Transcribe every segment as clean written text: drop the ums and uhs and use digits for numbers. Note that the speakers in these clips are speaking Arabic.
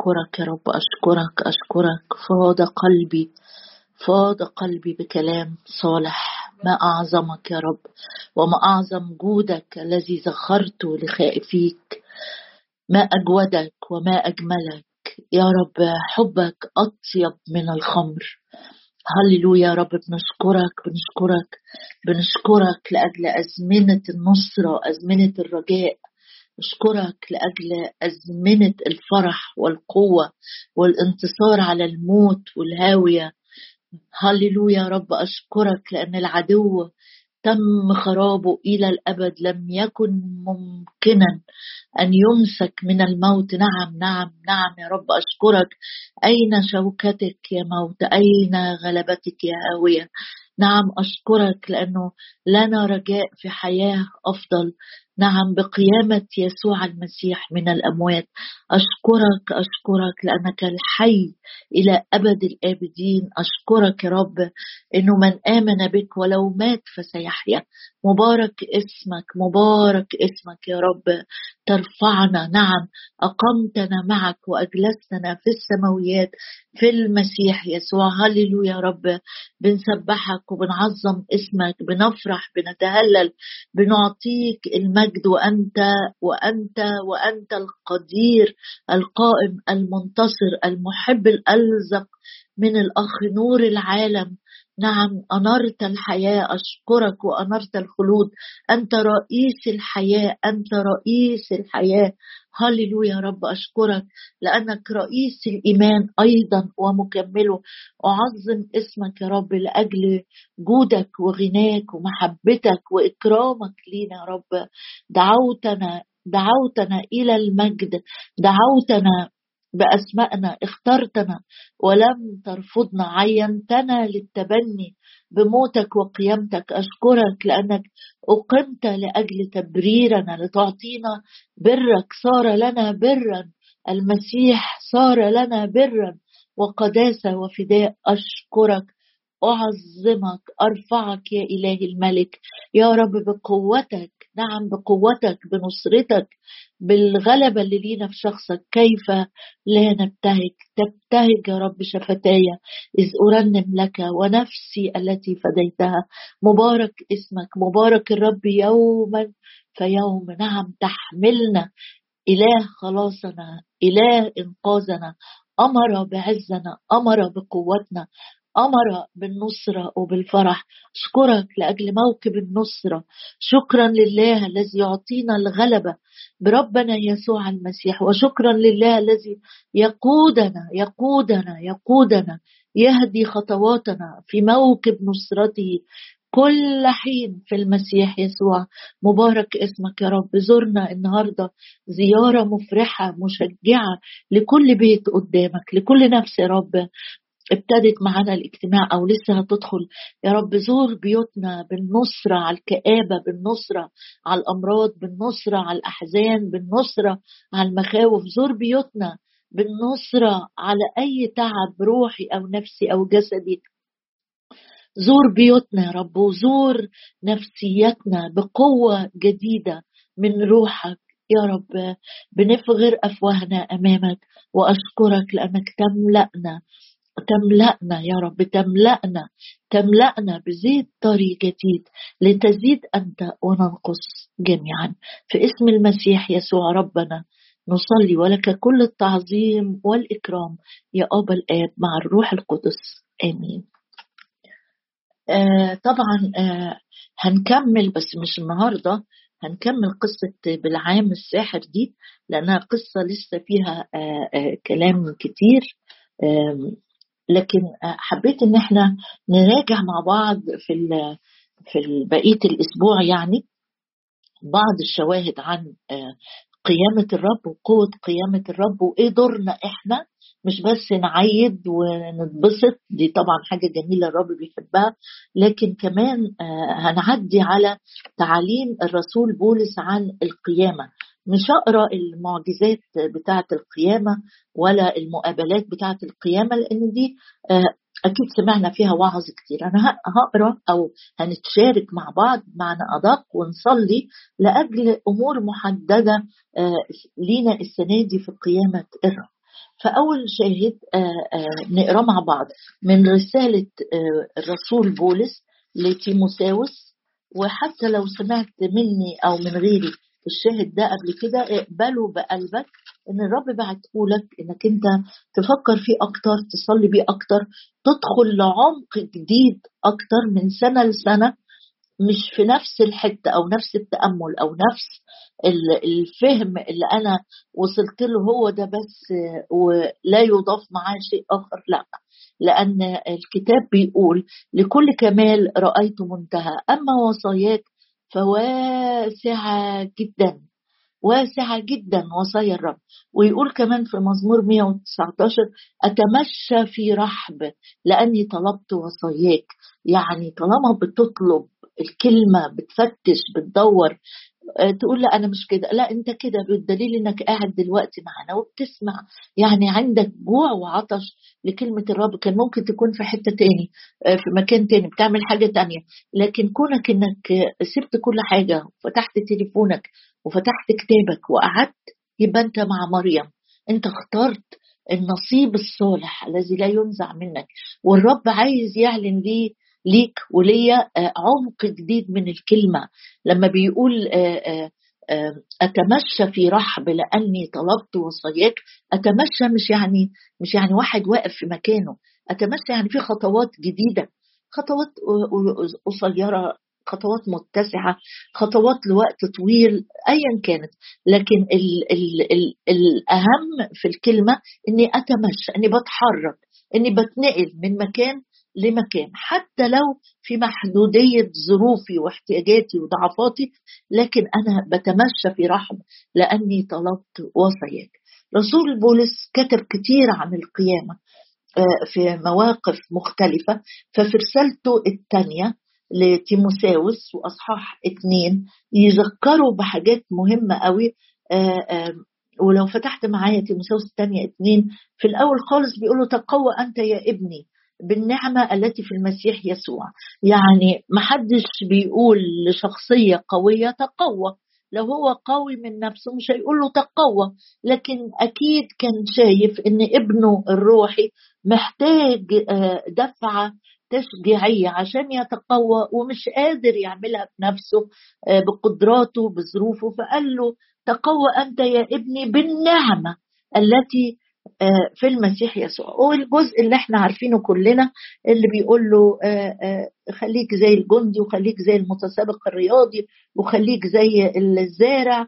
أشكرك يا رب، أشكرك أشكرك. فاض قلبي بكلام صالح. ما أعظمك يا رب، وما أعظم جودك الذي زخرته لخائفيك. ما أجودك وما أجملك يا رب. حبك أطيب من الخمر. هللويا يا رب، بنشكرك بنشكرك بنشكرك لأجل أزمنة النصرة، أزمنة الرجاء. أشكرك لأجل أزمنة الفرح والقوة والانتصار على الموت والهاوية. هللويا يا رب، أشكرك لأن العدو تم خرابه إلى الأبد. لم يكن ممكنا أن يمسك من الموت. نعم نعم نعم يا رب، أشكرك. أين شوكتك يا موت؟ أين غلبتك يا هاوية؟ نعم أشكرك لأنه لنا رجاء في حياة أفضل. نعم، بقيامة يسوع المسيح من الأموات. أشكرك أشكرك لأنك الحي إلى أبد الآبدين. أشكرك يا رب إنه من آمن بك ولو مات فسيحيا. مبارك اسمك، مبارك اسمك يا رب. ترفعنا، نعم، أقمتنا معك وأجلستنا في السماويات في المسيح يسوع. هللويا يا رب، بنسبحك وبنعظم اسمك، بنفرح بنتهلل، بنعطيك المجد. وأنت القدير القائم المنتصر المحب الألزق من الأخ، نور العالم. نعم، أنرت الحياة. أشكرك وأنرت الخلود. أنت رئيس الحياة، أنت رئيس الحياة. هللويا يا رب، أشكرك لأنك رئيس الإيمان أيضا ومكمله. أعظم اسمك يا رب لأجل جودك وغناك ومحبتك وإكرامك لينا يا رب. دعوتنا إلى المجد، دعوتنا بأسمائنا، اخترتنا ولم ترفضنا، عينتنا للتبني بموتك وقيامتك. أشكرك لأنك أقمت لأجل تبريرنا، لتعطينا برك. صار لنا برا، المسيح صار لنا برا وقداسة وفداء. أشكرك، أعظمك، أرفعك يا إلهي الملك يا رب. بقوتك، نعم بقوتك، بنصرتك، بالغلبة اللي لينا في شخصك. كيف لا نبتهج؟ تبتهج يا رب شفتاي إذ أرنم لك ونفسي التي فديتها. مبارك اسمك، مبارك الرب يوما فيوم. نعم، تحملنا إله خلاصنا، إله إنقاذنا. أمر بعزنا، أمر بقوتنا، أمر بالنصرة وبالفرح. أشكرك لأجل موكب النصرة. شكرا لله الذي يعطينا الغلبة بربنا يسوع المسيح. وشكرا لله الذي يقودنا يهدي خطواتنا في موكب نصرته كل حين في المسيح يسوع. مبارك اسمك يا رب. زرنا النهاردة زيارة مفرحة مشجعة لكل بيت قدامك، لكل نفس يا رب ابتدت معنا الاجتماع أو لسه هتدخل. يا رب زور بيوتنا بالنصرة على الكآبة، بالنصرة على الأمراض، بالنصرة على الأحزان، بالنصرة على المخاوف. زور بيوتنا بالنصرة على أي تعب روحي أو نفسي أو جسدي. زور بيوتنا يا رب، وزور نفسيتنا بقوة جديدة من روحك يا رب. بنفغر أفواهنا أمامك وأشكرك لأنك تملأنا يا رب، تملأنا بزيت طري جديد لتزيد أنت وننقص جميعا. في اسم المسيح يسوع ربنا نصلي، ولك كل التعظيم والإكرام يا أبا الآب مع الروح القدس، آمين. طبعا هنكمل، بس مش النهاردة. هنكمل قصة بالعام الساحر دي لأنها قصة لسه فيها كلام كتير. لكن حبيت ان احنا نراجع مع بعض في بقية الاسبوع، يعني بعض الشواهد عن قيامة الرب وقوة قيامة الرب وإيه دورنا إحنا. مش بس نعيد ونتبسط، دي طبعا حاجة جميلة الرب بيحبها، لكن كمان هنعدي على تعاليم الرسول بولس عن القيامة. مش هقرأ المعجزات بتاعة القيامة ولا المقابلات بتاعة القيامة لأن دي أكيد سمعنا فيها وعظ كتير. أنا هقرأ أو هنتشارك مع بعض معنى أدق ونصلي لأجل أمور محددة لينا السنة دي في قيامة الرب. فأول شاهد نقرأ مع بعض من رسالة الرسول بولس لتيموساوس. وحتى لو سمعت مني أو من غيري الشاهد ده قبل كده، اقبله بقلبك إن الرب بعته لك إنك أنت تفكر فيه أكتر، تصلي بيه أكتر، تدخل لعمق جديد أكتر من سنة لسنة، مش في نفس الحتة أو نفس التأمل أو نفس الفهم اللي أنا وصلت له هو ده بس، ولا يضاف معاه شيء آخر. لا، لأن الكتاب بيقول لكل كمال رأيت منتهى، أما وصاياك فواسعة جدا، واسعة جدا وصايا الرب. ويقول كمان في مزمور 119 أتمشى في رحب لأني طلبت وصاياك. يعني طالما بتطلب الكلمة، بتفتش، بتدور، تقول لا أنا مش كده، لا أنت كده، بالدليل أنك قاعد دلوقتي معنا وبتسمع. يعني عندك جوع وعطش لكلمة الرب. كان ممكن تكون في حتة تاني، في مكان تاني بتعمل حاجة تانية، لكن كونك أنك سبت كل حاجة وفتحت تليفونك وفتحت كتابك وقعدت، يبقى أنت مع مريم. أنت اخترت النصيب الصالح الذي لا ينزع منك. والرب عايز يعلن ليك وليا عمق جديد من الكلمة. لما بيقول أتمشى في رحب لأني طلبت وصاياك، أتمشى مش يعني واحد واقف في مكانه. أتمشى يعني في خطوات جديدة، خطوات قصيرة، خطوات متسعة، خطوات لوقت طويل أيا كانت. لكن الأهم في الكلمة أني أتمشى، أني بتحرك، أني بتنقل من مكان لمكان، حتى لو في محدودية ظروفي واحتياجاتي وضعفاتي، لكن أنا بتمشى في رحب لأني طلبت وصاياك. رسول بولس كتب كتير عن القيامة في مواقف مختلفة. ففي رسالته الثانية لتيموساوس وأصحاح 2 يذكروا بحاجات مهمة قوي. ولو فتحت معايا تيموساوس الثانية 2، في الأول خالص بيقولوا تقوى أنت يا ابني بالنعمة التي في المسيح يسوع. يعني محدش بيقول لشخصية قوية تقوى، لو هو قوي من نفسه مش هيقول له تقوى، لكن أكيد كان شايف إن ابنه الروحي محتاج دفعة تشجيعية عشان يتقوى، ومش قادر يعملها بنفسه بقدراته بظروفه، فقال له تقوى أنت يا ابني بالنعمة التي في المسيح يسوع. والجزء اللي احنا عارفينه كلنا اللي بيقول له خليك زي الجندي، وخليك زي المتسابق الرياضي، وخليك زي الزارع،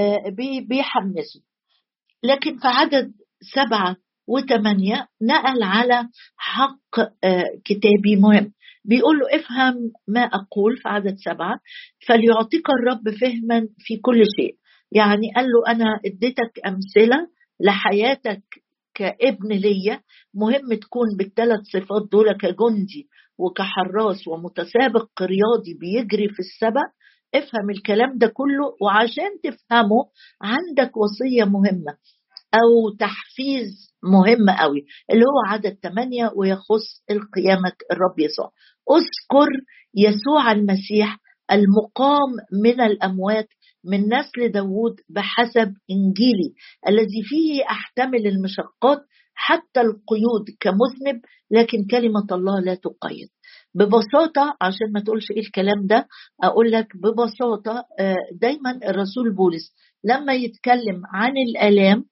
بيحمسه. لكن في عدد 7 و8 نقل على حق كتابي مهم. بيقول له افهم ما أقول في عدد 7 فليعطيك الرب فهما في كل شيء. يعني قال له أنا اديتك أمثلة لحياتك كابن ليا، مهم تكون بالثلاث صفات دول، كجندي وكحراس ومتسابق رياضي بيجري في السبق. افهم الكلام ده كله، وعشان تفهمه عندك وصية مهمة أو تحفيز مهم قوي اللي هو عدد 8 ويخص القيامة الرب يسوع. اذكر يسوع المسيح المقام من الأموات من نسل داود بحسب إنجيلي، الذي فيه أحتمل المشقات حتى القيود كمذنب، لكن كلمة الله لا تقيد. ببساطة عشان ما تقولش إيه الكلام ده، أقول لك ببساطة دايما الرسول بولس لما يتكلم عن الآلام،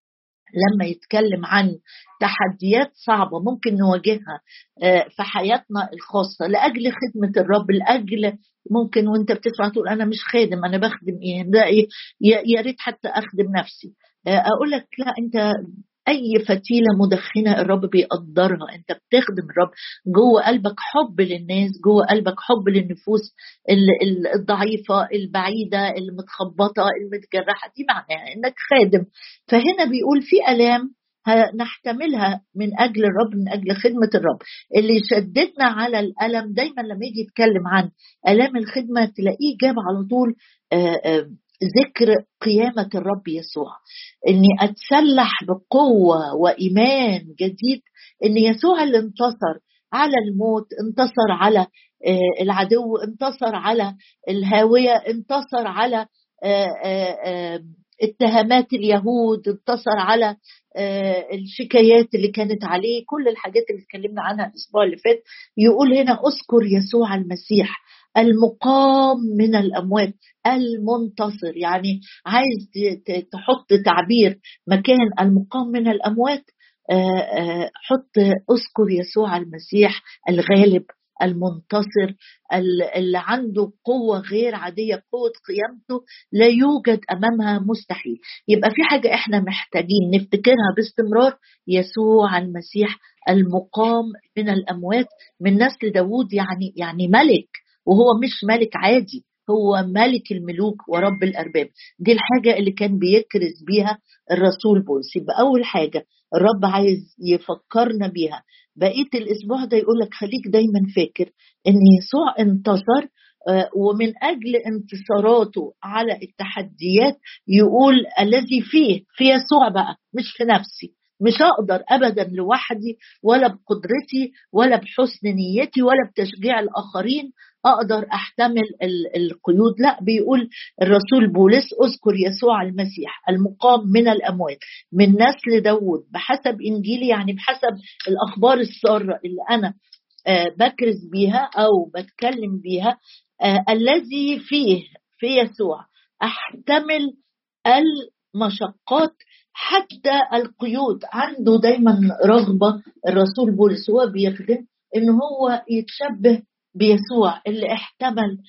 لما يتكلم عن تحديات صعبة ممكن نواجهها في حياتنا الخاصة لأجل خدمة الرب، لأجل ممكن وانت بتسمع تقول أنا مش خادم، أنا بخدم إيه ده، إيه يا ريت حتى أخدم نفسي. أقول لك لا، أنت أي فتيلة مدخنة الرب بيقدرها. أنت بتخدم الرب، جوه قلبك حب للناس، جوه قلبك حب للنفوس الضعيفة البعيدة المتخبطة المتجرحة، دي معناها أنك خادم. فهنا بيقول في آلام نحتملها من أجل الرب، من أجل خدمة الرب. اللي يشددنا على الألم دايما لما يجي يتكلم عن آلام الخدمة تلاقيه جاب على طول ذكر قيامة الرب يسوع، اني اتسلح بقوة وايمان جديد ان يسوع اللي انتصر على الموت، انتصر على العدو، انتصر على الهاوية، انتصر على اتهامات اليهود، انتصر على الشكايات اللي كانت عليه، كل الحاجات اللي اتكلمنا عنها الأسبوع اللي فات. يقول هنا اذكر يسوع المسيح المقام من الأموات المنتصر. يعني عايز تحط تعبير مكان المقام من الأموات، حط اذكر يسوع المسيح الغالب المنتصر، اللي عنده قوة غير عادية، قوة قيامته لا يوجد أمامها مستحيل. يبقى في حاجة احنا محتاجين نفتكرها باستمرار: يسوع المسيح المقام من الأموات من نسل داود. يعني ملك، وهو مش ملك عادي، هو ملك الملوك ورب الأرباب. دي الحاجة اللي كان بيكرز بيها الرسول بولس. يبقى أول حاجة الرب عايز يفكرنا بيها بقية الأسبوع ده، يقولك خليك دايما فاكر إن يسوع انتصر، ومن أجل انتصاراته على التحديات يقول الذي فيه في يسوع بقى، مش في نفسي. مش هقدر أبدا لوحدي، ولا بقدرتي ولا بحسن نيتي ولا بتشجيع الآخرين أقدر أحتمل القيود. لا، بيقول الرسول بولس اذكر يسوع المسيح المقام من الأموات من نسل داود بحسب إنجيلي، يعني بحسب الأخبار السارة اللي أنا بكرز بيها أو بتكلم بيها، الذي فيه في يسوع أحتمل المشقات حتى القيود. عنده دايما رغبة الرسول بولس هو بيخدم إنه هو يتشبه بيسوع اللي احتمل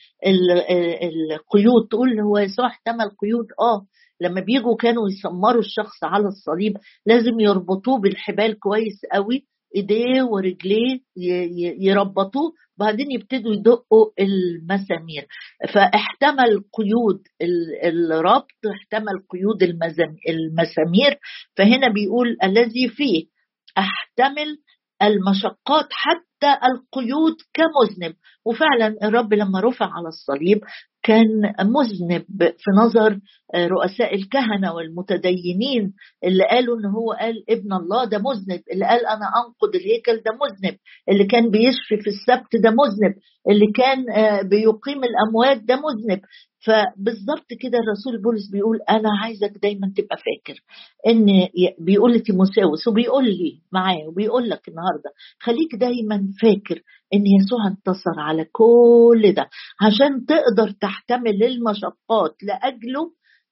القيود. تقول هو يسوع احتمل قيود؟ لما بيجوا كانوا يسمروا الشخص على الصليب لازم يربطوه بالحبال كويس قوي، ايديه ورجليه يربطوه، وبعدين يبتدوا يدقوا المسامير. فاحتمل قيود الربط، احتمل قيود المسامير. فهنا بيقول الذي فيه احتمل المشقات حتى القيود كمذنب. وفعلا الرب لما رفع على الصليب كان مذنب في نظر رؤساء الكهنة والمتدينين، اللي قالوا ان هو قال ابن الله ده مذنب، اللي قال انا انقض الهيكل ده مذنب، اللي كان بيشفي في السبت ده مذنب، اللي كان بيقيم الاموات ده مذنب. فبالضبط كده الرسول بولس بيقول انا عايزك دايما تبقى فاكر ان بيقول لتيموثاوس وبيقول لي معاه وبيقول لك النهارده خليك دايما فاكر ان يسوع انتصر على كل ده عشان تقدر تحتمل المشقات لاجله،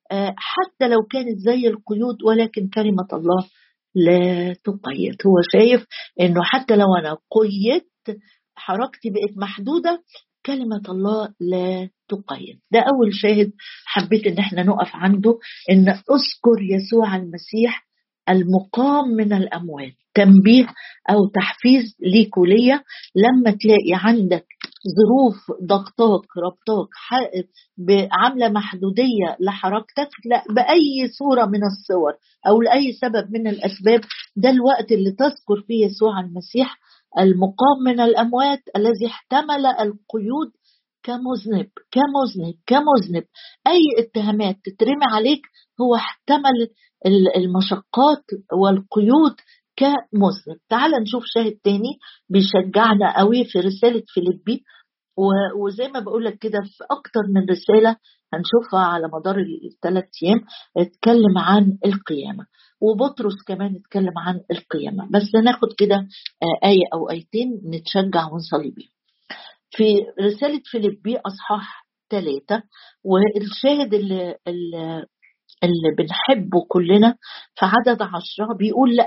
حتى لو كانت زي القيود، ولكن كلمة الله لا تقيد. هو شايف انه حتى لو انا قيدت حركتي بقت محدودة، كلمة الله لا تقيد. ده أول شاهد حبيت إن احنا نقف عنده، إن أذكر يسوع المسيح المقام من الأموات. تنبيه أو تحفيز ليك وليا لما تلاقي عندك ظروف ضغطاك ربطاك بعملة محدودية لحركتك، لا بأي صورة من الصور أو لأي سبب من الأسباب، ده الوقت اللي تذكر فيه يسوع المسيح المقام من الأموات الذي احتمل القيود كمذنب كمذنب كمذنب. أي اتهامات تترمي عليك هو احتمل المشقات والقيود كمذنب. تعال نشوف شاهد تاني بيشجعنا قوي في رسالة فيليبي، وزي ما بقولك كده في أكتر من رسالة هنشوفها على مدار ال3 أيام اتكلم عن القيامة، وبطرس كمان اتكلم عن القيامة. بس ناخد كده آية أو آيتين نتشجع ونصلي بيهم. في رسالة فيليبي أصحاح 3، والشاهد اللي بنحبه كلنا في عدد 10 بيقول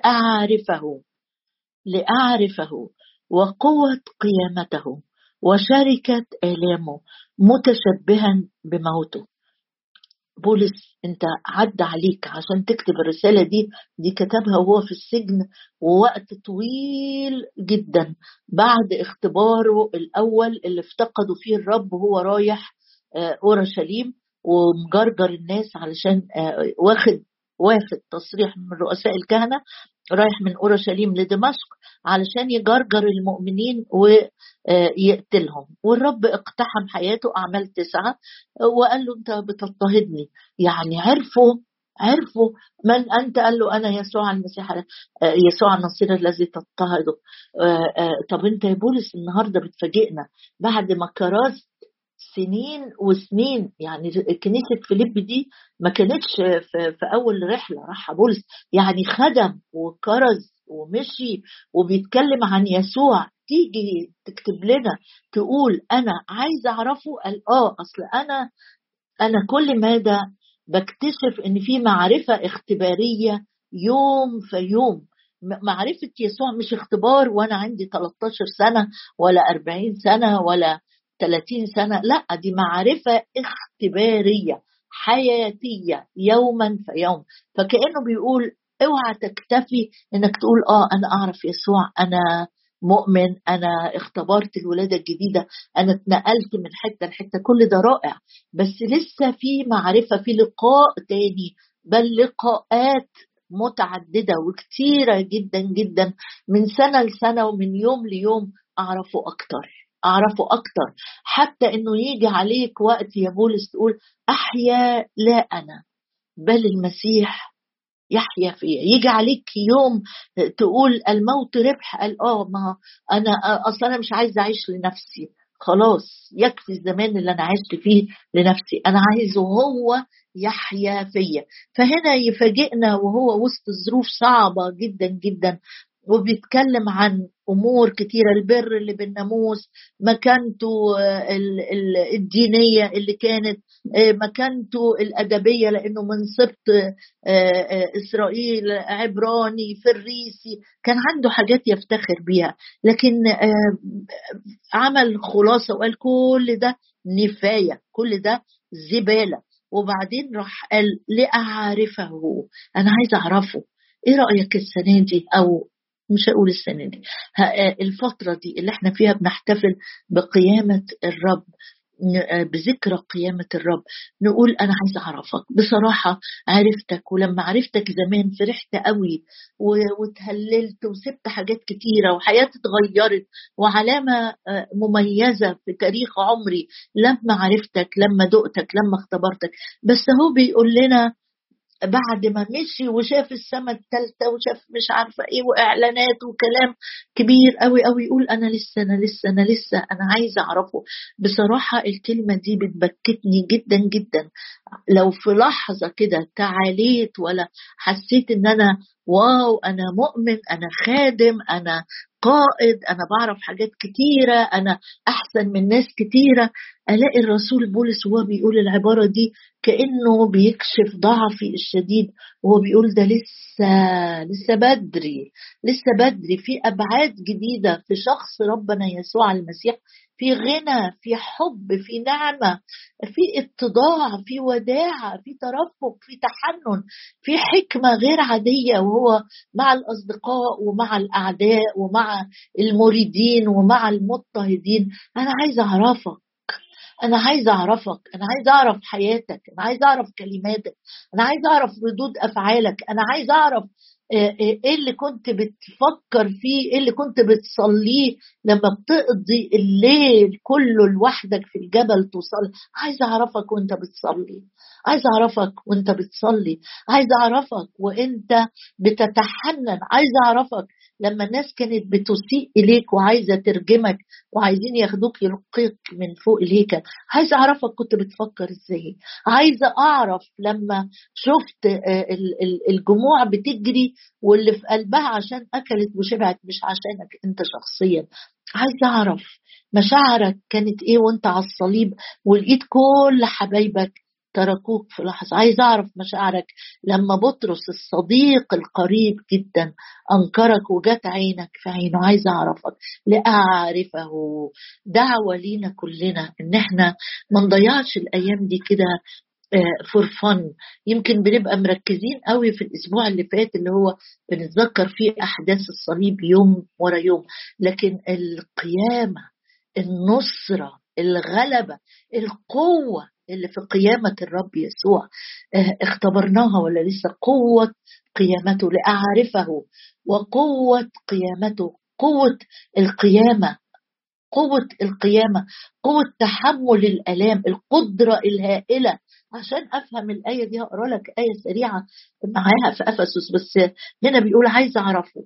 لأعرفه وقوة قيامته وشركة آلامه متشبها بموته. بولس انت عدى عليك عشان تكتب الرسالة دي كتبها وهو في السجن، ووقت طويل جدا بعد اختباره الأول اللي افتقدوا فيه الرب، وهو رايح أورشليم ومجرجر الناس علشان واخد تصريح من رؤساء الكهنة رايح من أورشليم لدمشق علشان يجرجر المؤمنين ويقتلهم. والرب اقتحم حياته، أعمال 9، وقال له أنت بتضطهدني. يعني عرفوا من أنت؟ قال له أنا يسوع المسيح، يسوع النصير الذي تضطهده. طب أنت يا بولس النهاردة بتفاجئنا بعد ما كرست سنين وسنين. يعني كنيسة فيليب دي ما كانتش في أول رحلة راح بولس، يعني خدم وكرز ومشي وبيتكلم عن يسوع. تيجي تكتب لنا تقول أنا عايز أعرفه، قال أصل أنا كل مدى بكتشف إن في معرفة اختبارية يوم في يوم. معرفة يسوع مش اختبار وأنا عندي 13 سنة ولا 40 سنة ولا 30 سنة، لا، دي معرفة اختبارية حياتية يوما في يوم. فكأنه بيقول اوعى تكتفي انك تقول انا اعرف يسوع، انا مؤمن، انا اختبرت الولادة الجديدة، انا اتنقلت من حتة لحتة، كل ده رائع، بس لسه في معرفة، في لقاء تاني، بل لقاءات متعددة وكتيرة جدا جدا، من سنة لسنة ومن يوم ليوم أعرفه أكتر. حتى إنه يجي عليك وقت يا بولس تقول أحيا لا أنا بل المسيح يحيا فيا. يجي عليك يوم تقول الموت ربح، قال ما انا اصلا مش عايزه اعيش لنفسي، خلاص يكفي الزمان اللي انا عشت فيه لنفسي، انا عايزه هو يحيا فيا. فهنا يفاجئنا وهو وسط ظروف صعبه جدا جدا وبيتكلم عن أمور كتيرة، البر اللي بالناموس، مكانته الدينية اللي كانت، مكانته الأدبية لأنه من سبط إسرائيل، عبراني فريسي، كان عنده حاجات يفتخر بيها، لكن عمل خلاصة وقال كل ده نفاية، كل ده زبالة. وبعدين راح قال لأعرفه، أنا عايز أعرفه. إيه رأيك السنة دي، أو مش هقول السنة دي، الفترة دي اللي احنا فيها بنحتفل بقيامة الرب، بذكرى قيامة الرب، نقول أنا عايز أعرفك بصراحة. عرفتك، ولما عرفتك زمان فرحت قوي وتهللت وسبت حاجات كتيرة وحياتي اتغيرت، وعلامة مميزة في تاريخ عمري لما عرفتك، لما دقتك، لما اختبرتك. بس هو بيقول لنا بعد ما مشي وشاف السماء الثالثة وشاف مش عارفة ايه واعلانات وكلام كبير قوي قوي، يقول انا عايزة اعرفه. بصراحة الكلمة دي بتبكتني جدا جدا. لو في لحظة كده تعاليت ولا حسيت ان انا واو، انا مؤمن، انا خادم، انا قائد، انا بعرف حاجات كتيرة، انا احسن من ناس كتيرة، الاقي الرسول بولس وهو بيقول العبارة دي كأنه بيكشف ضعفي الشديد، وهو بيقول ده لسه بدري، لسه بدري، في ابعاد جديدة في شخص ربنا يسوع المسيح، في غنى، في حب، في نعمة، في اتضاع، في وداعة، في ترفق، في تحنن، في حكمة غير عادية، وهو مع الأصدقاء ومع الأعداء ومع المريدين ومع المضطهدين. أنا عايزة أعرفك، أنا عايزة أعرفك، أنا عايزة أعرف حياتك، أنا عايزة أعرف كلماتك، أنا عايزة أعرف ردود أفعالك، أنا عايزة أعرف إيه اللي كنت بتفكر فيه، إيه اللي كنت بتصليه لما بتقضي الليل كله لوحدك في الجبل تصلي. عايزة أعرفك وأنت بتصلي، عايزة أعرفك وأنت بتصلي، عايزة أعرفك وأنت بتتحنن، عايزة أعرفك لما الناس كانت بتسيء إليك وعايزة ترجمك وعايزين ياخدوك يلقيك من فوق الهيكل. عايزة أعرفك كنت بتفكر إزاي، عايزة أعرف لما شفت الجموع بتجري واللي في قلبها عشان أكلت وشبعت مش عشانك أنت شخصيا. عايزة أعرف مشاعرك كانت إيه وأنت على الصليب ولقيت كل حبايبك تركوك في لحظة. عايز أعرف مشاعرك لما بطرس الصديق القريب جدا أنكرك وجات عينك في عينه. عايز أعرفك لأعرفه. دعوة لينا كلنا إن احنا ما نضيعش الأيام دي كده فور فن. يمكن بنبقى مركزين قوي في الأسبوع اللي فات اللي هو بنتذكر فيه أحداث الصليب يوم ورا يوم، لكن القيامة، النصرة، الغلبة، القوة اللي في قيامة الرب يسوع اختبرناها ولا لسه؟ قوة قيامته لأعرفه، وقوة قيامته، قوة القيامة، قوة القيامة، قوة تحمل الآلام، القدرة الهائلة. عشان أفهم الآية دي هقرأ لك آية سريعة معاها في أفسس، بس هنا بيقول عايز أعرفه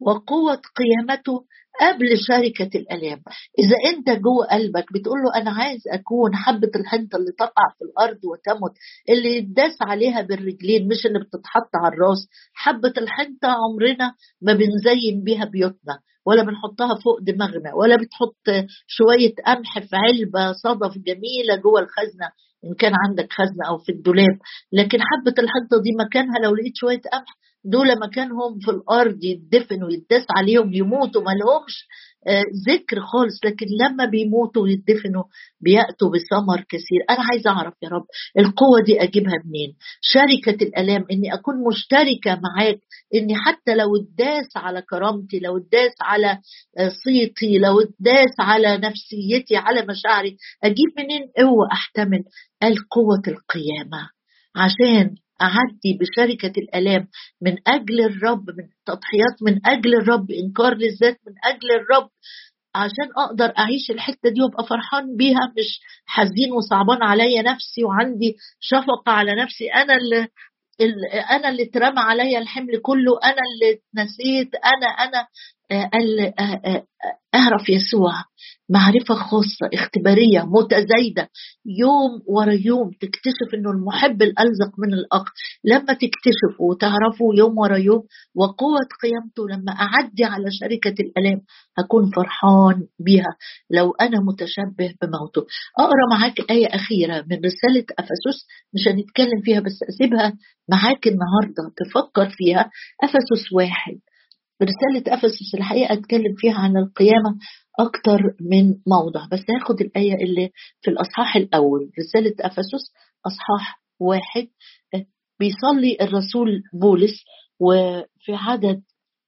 وقوة قيامته قبل شركة الآلام. إذا أنت جوه قلبك بتقول له أنا عايز أكون حبة الحنطة اللي تقع في الأرض وتمت، اللي يداس عليها بالرجلين مش اللي بتتحط على الراس. حبة الحنطة عمرنا ما بنزين بيها بيوتنا، ولا بنحطها فوق دماغنا، ولا بتحط شوية قمح في علبة صدف جميلة جوه الخزنة إن كان عندك خزنة أو في الدولاب. لكن حبة الحنطة دي مكانها لو لقيت شوية قمح، دول مكانهم في الأرض يدفنوا يداس عليهم يموتوا، ما لهمش ذكر خالص. لكن لما بيموتوا ويدفنوا بيأتوا بثمر كثير. أنا عايز أعرف يا رب القوة دي أجيبها منين؟ شركة الآلام، إني أكون مشتركة معاك، إني حتى لو اداس على كرامتي، لو اداس على صيتي، لو اداس على نفسيتي، على مشاعري، أجيب منين قوة أحتمل؟ القوة القيامة، عشان أعدي بشركة الآلام من أجل الرب، من تضحيات من أجل الرب، إنكار للذات من أجل الرب، عشان أقدر أعيش الحتة دي وأبقى فرحان بيها، مش حزين وصعبان عليا نفسي وعندي شفقة على نفسي. أنا اللي اترمى عليا الحمل كله، أنا اللي اتنسيت، أنا اللي أعرف يسوع معرفة خاصة اختبارية متزايدة يوم ورا يوم، تكتشف إنه المحب الألزق من الأخ. لما تكتشفه وتعرفه يوم ورا يوم وقوة قيامته، لما أعدي على شركة الآلام هكون فرحان بيها لو أنا متشبه بموته. أقرأ معاك آية أخيرة من رسالة أفسس، مش هنتكلم فيها بس أسيبها معاك النهاردة تفكر فيها. أفسس 1، رسالة أفسس الحقيقة أتكلم فيها عن القيامة أكتر من موضع، بس هاخد الآية اللي في الأصحاح الأول. رسالة أفسس أصحاح 1، بيصلي الرسول بولس وفي عدد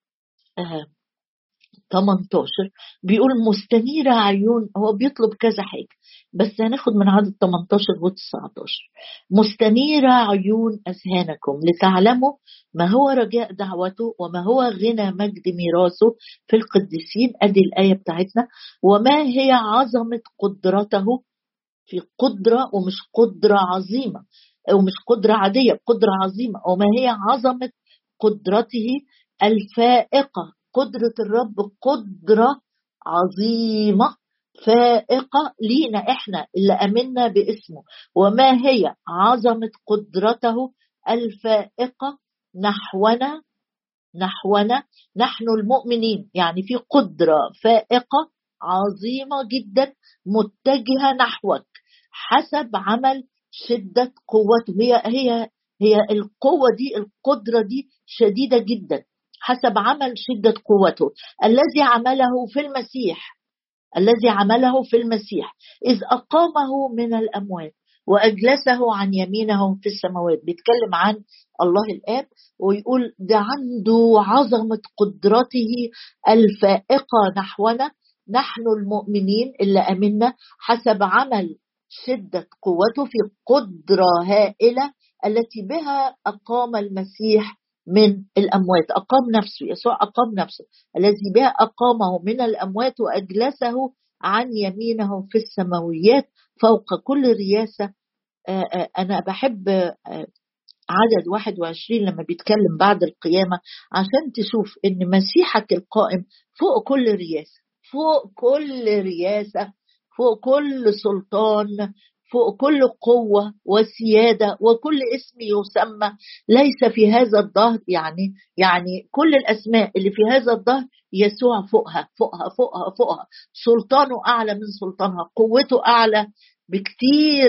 18 بيقول مستنيرة عيون. هو بيطلب كذا حاجة بس هناخد من عدد 18 و 19. مستنيرة عيون أذهانكم لتعلموا ما هو رجاء دعوته وما هو غنى مجد ميراثه في القديسين. أدي الآية بتاعتنا. وما هي عظمة قدرته، في قدرة ومش قدرة عظيمة ومش قدرة عادية، قدرة عظيمة. وما هي عظمة قدرته الفائقة. قدرة الرب قدرة عظيمة فائقة لينا احنا اللي امنا باسمه. وما هي عظمة قدرته الفائقة نحونا نحن المؤمنين. يعني في قدرة فائقة عظيمة جدا متجهة نحوك حسب عمل شدة قوته. هي القوة دي، القدرة دي شديدة جدا حسب عمل شدة قوته الذي عمله في المسيح إذ أقامه من الأموات وأجلسه عن يمينه في السماوات. بيتكلم عن الله الآب ويقول ده عنده عظمة قدرته الفائقة نحونا نحن المؤمنين اللي أمنا حسب عمل شدة قوته في قدرة هائلة التي بها أقام المسيح من الأموات. أقام نفسه، يسوع أقام نفسه الذي بها أقامه من الأموات وأجلسه عن يمينه في السماويات فوق كل رياسة. أنا بحب عدد 21 لما بيتكلم بعد القيامة عشان تشوف إن مسيحك القائم فوق كل رياسة، فوق كل رياسة، فوق كل سلطان، فوق كل قوة وسيادة وكل اسم يسمى ليس في هذا الظهر. يعني كل الأسماء اللي في هذا الظهر يسوع فوقها فوقها فوقها فوقها. سلطانه أعلى من سلطانها، قوته أعلى بكتير،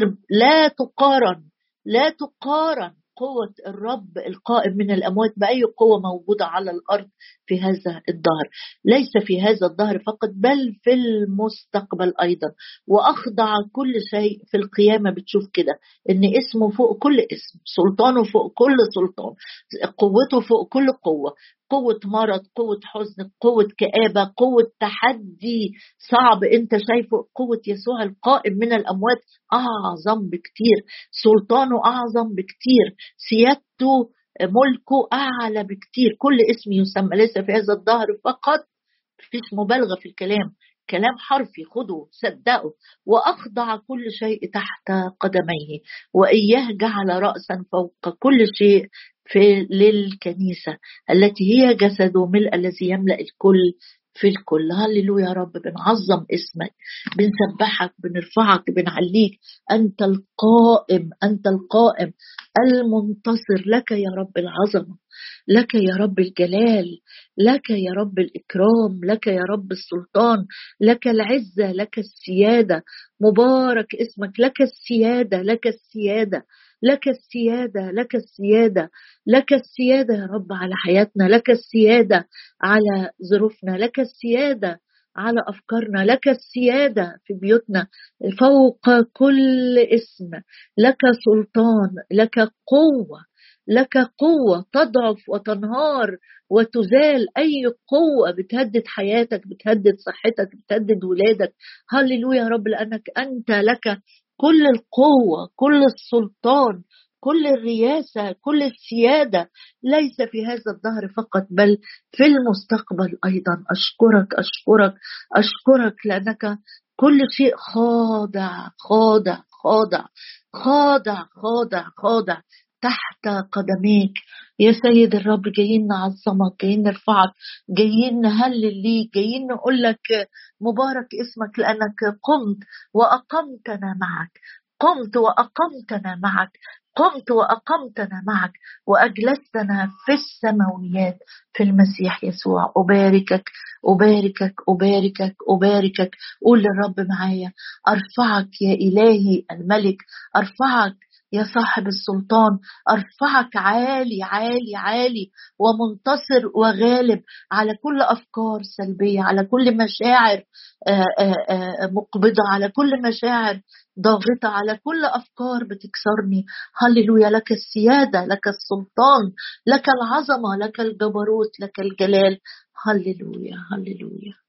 لا تقارن قوة الرب القائم من الأموات بأي قوة موجودة على الأرض في هذا الدهر. ليس في هذا الدهر فقط بل في المستقبل أيضا. وأخضع كل شيء في القيامة. بتشوف كده إن اسمه فوق كل اسم، سلطانه فوق كل سلطان، قوته فوق كل قوة. قوة مرض، قوة حزن، قوة كآبة، قوة تحدي صعب انت شايفه، قوة يسوع القائم من الأموات أعظم بكتير، سلطانه أعظم بكتير، سيادته ملكه أعلى بكتير. كل اسم يسمى ليس في هذا الظهر فقط، مفيش مبالغة في الكلام، كلام حرفي، خذوا صدقوا. وأخضع كل شيء تحت قدميه، وإياه جعل رأسا فوق كل شيء للكنيسة التي هي جسده، ملء الذي يملأ الكل في الكل. هللويا يا رب، بنعظم اسمك، بنسبحك، بنرفعك، بنعليك. أنت القائم، أنت القائم المنتصر. لك يا رب العظمة، لك يا رب الجلال، لك يا رب الإكرام، لك يا رب السلطان، لك العزة، لك السيادة. مبارك اسمك، لك السيادة، لك السيادة، لك السيادة، لك السيادة، لك السيادة يا رب على حياتنا، لك السيادة على ظروفنا، لك السيادة على أفكارنا، لك السيادة في بيوتنا فوق كل اسم. لك سلطان، لك قوة، لك قوة تضعف وتنهار وتزال أي قوة بتهدد حياتك، بتهدد صحتك، بتهدد ولادك. هللويا يا رب، لأنك أنت لك كل القوة، كل السلطان، كل الرياسة، كل السيادة، ليس في هذا الدهر فقط بل في المستقبل أيضا. أشكرك أشكرك أشكرك، لأنك كل شيء خاضع خاضع خاضع خاضع خاضع خاضع تحت قدميك يا سيد الرب. جايين نعظمك، جايين نرفعك، جايين نهلل ليك، جايين نقول لك مبارك اسمك، لأنك قمت وأقمتنا معك، قمت وأقمتنا معك، قمت وأقمتنا معك، وأجلستنا في السماويات في المسيح يسوع. أباركك أباركك أباركك أباركك. قول للرب معايا: أرفعك يا إلهي الملك، أرفعك يا صاحب السلطان، أرفعك عالي عالي عالي ومنتصر وغالب على كل أفكار سلبية، على كل مشاعر مقبضة، على كل مشاعر ضاغطة، على كل أفكار بتكسرني. هللويا، لك السيادة، لك السلطان، لك العظمة، لك الجبروت، لك الجلال. هللويا هللويا.